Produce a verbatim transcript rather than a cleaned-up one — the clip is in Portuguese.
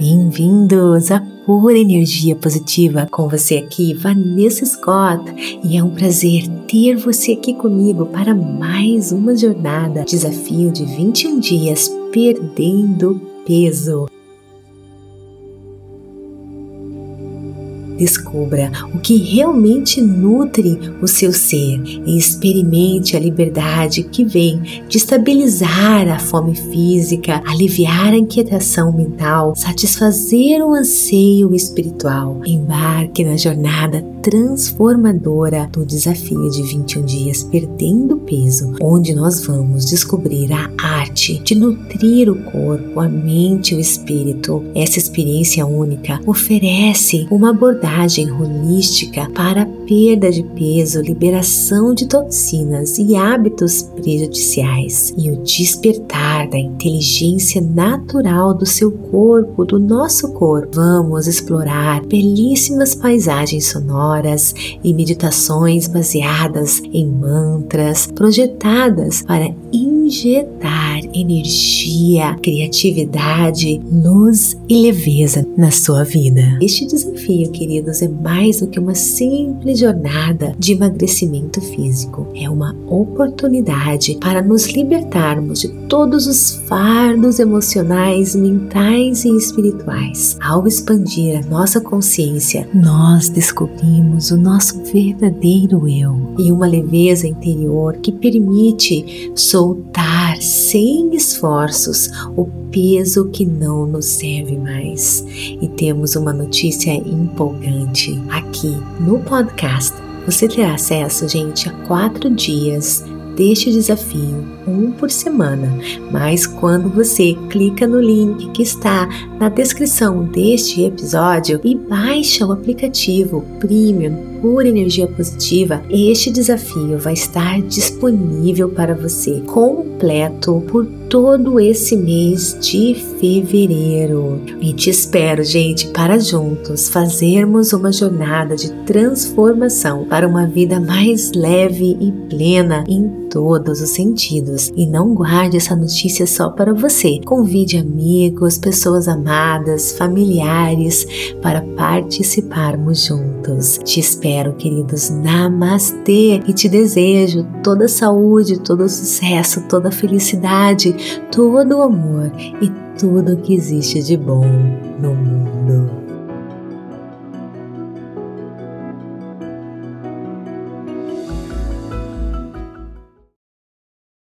Bem-vindos à Pura Energia Positiva, com você aqui, Vanessa Scott, e é um prazer ter você aqui comigo para mais uma jornada, desafio de vinte e um dias perdendo peso. Descubra o que realmente nutre o seu ser e experimente a liberdade que vem de estabilizar a fome física, aliviar a inquietação mental, satisfazer o anseio espiritual. Embarque na jornada transformadora do desafio de vinte e um dias perdendo peso, onde nós vamos descobrir a arte de nutrir o corpo, a mente e o espírito. Essa experiência única oferece uma abordagem holística para a perda de peso, liberação de toxinas e hábitos prejudiciais e o despertar da inteligência natural do seu corpo, do nosso corpo. Vamos explorar belíssimas paisagens sonoras e meditações baseadas em mantras projetadas para injetar energia, criatividade, luz e leveza na sua vida. Este desafio, queridos, é mais do que uma simples jornada de emagrecimento físico. É uma oportunidade para nos libertarmos de todos os fardos emocionais, mentais e espirituais. Ao expandir a nossa consciência, nós descobrimos o nosso verdadeiro eu e uma leveza interior que permite soltar sem esforços o peso que não nos serve mais. E temos uma notícia empolgante aqui no podcast. Você terá acesso, gente, a quatro dias deste desafio, um por semana, mas quando você clica no link que está na descrição deste episódio e baixa o aplicativo Premium Pura Energia Positiva, este desafio vai estar disponível para você completo por todo esse mês de fevereiro. E te espero, gente, para juntos fazermos uma jornada de transformação para uma vida mais leve e plena em todos os sentidos. E não guarde essa notícia só para você. Convide amigos, pessoas amadas, familiares para participarmos juntos. Te espero, queridos. Namastê! E te desejo toda saúde, todo sucesso, toda felicidade, todo o amor e tudo que existe de bom no mundo.